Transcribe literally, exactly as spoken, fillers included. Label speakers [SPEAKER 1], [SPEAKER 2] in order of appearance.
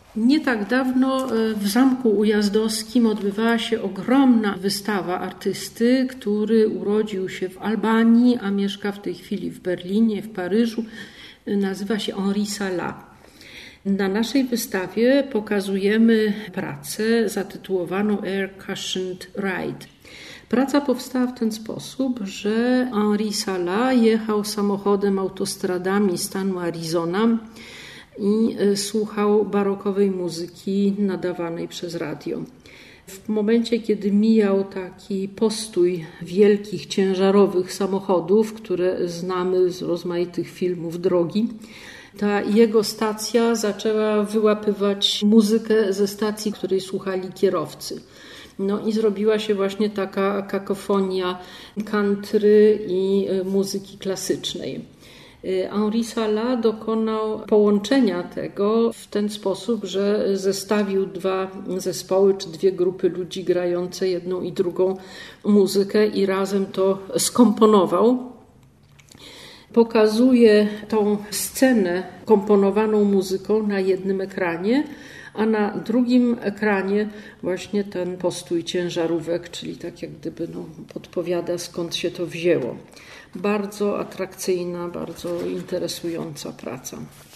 [SPEAKER 1] Nie tak dawno w Zamku Ujazdowskim odbywała się ogromna wystawa artysty, który urodził się w Albanii, a mieszka w tej chwili w Berlinie, w Paryżu. Nazywa się Henri Salat. Na naszej wystawie pokazujemy pracę zatytułowaną Air Cushioned Ride. Praca powstała w ten sposób, że Henri Salat jechał samochodem autostradami stanu Arizona i słuchał barokowej muzyki nadawanej przez radio. W momencie, kiedy mijał taki postój wielkich, ciężarowych samochodów, które znamy z rozmaitych filmów drogi, ta jego stacja zaczęła wyłapywać muzykę ze stacji, której słuchali kierowcy. No i zrobiła się właśnie taka kakofonia country i muzyki klasycznej. Henri Salat dokonał połączenia tego w ten sposób, że zestawił dwa zespoły czy dwie grupy ludzi grające jedną i drugą muzykę i razem to skomponował. Pokazuje tą scenę komponowaną muzyką na jednym ekranie, a na drugim ekranie właśnie ten postój ciężarówek, czyli tak jak gdyby no, podpowiada, skąd się to wzięło. Bardzo atrakcyjna, bardzo interesująca praca.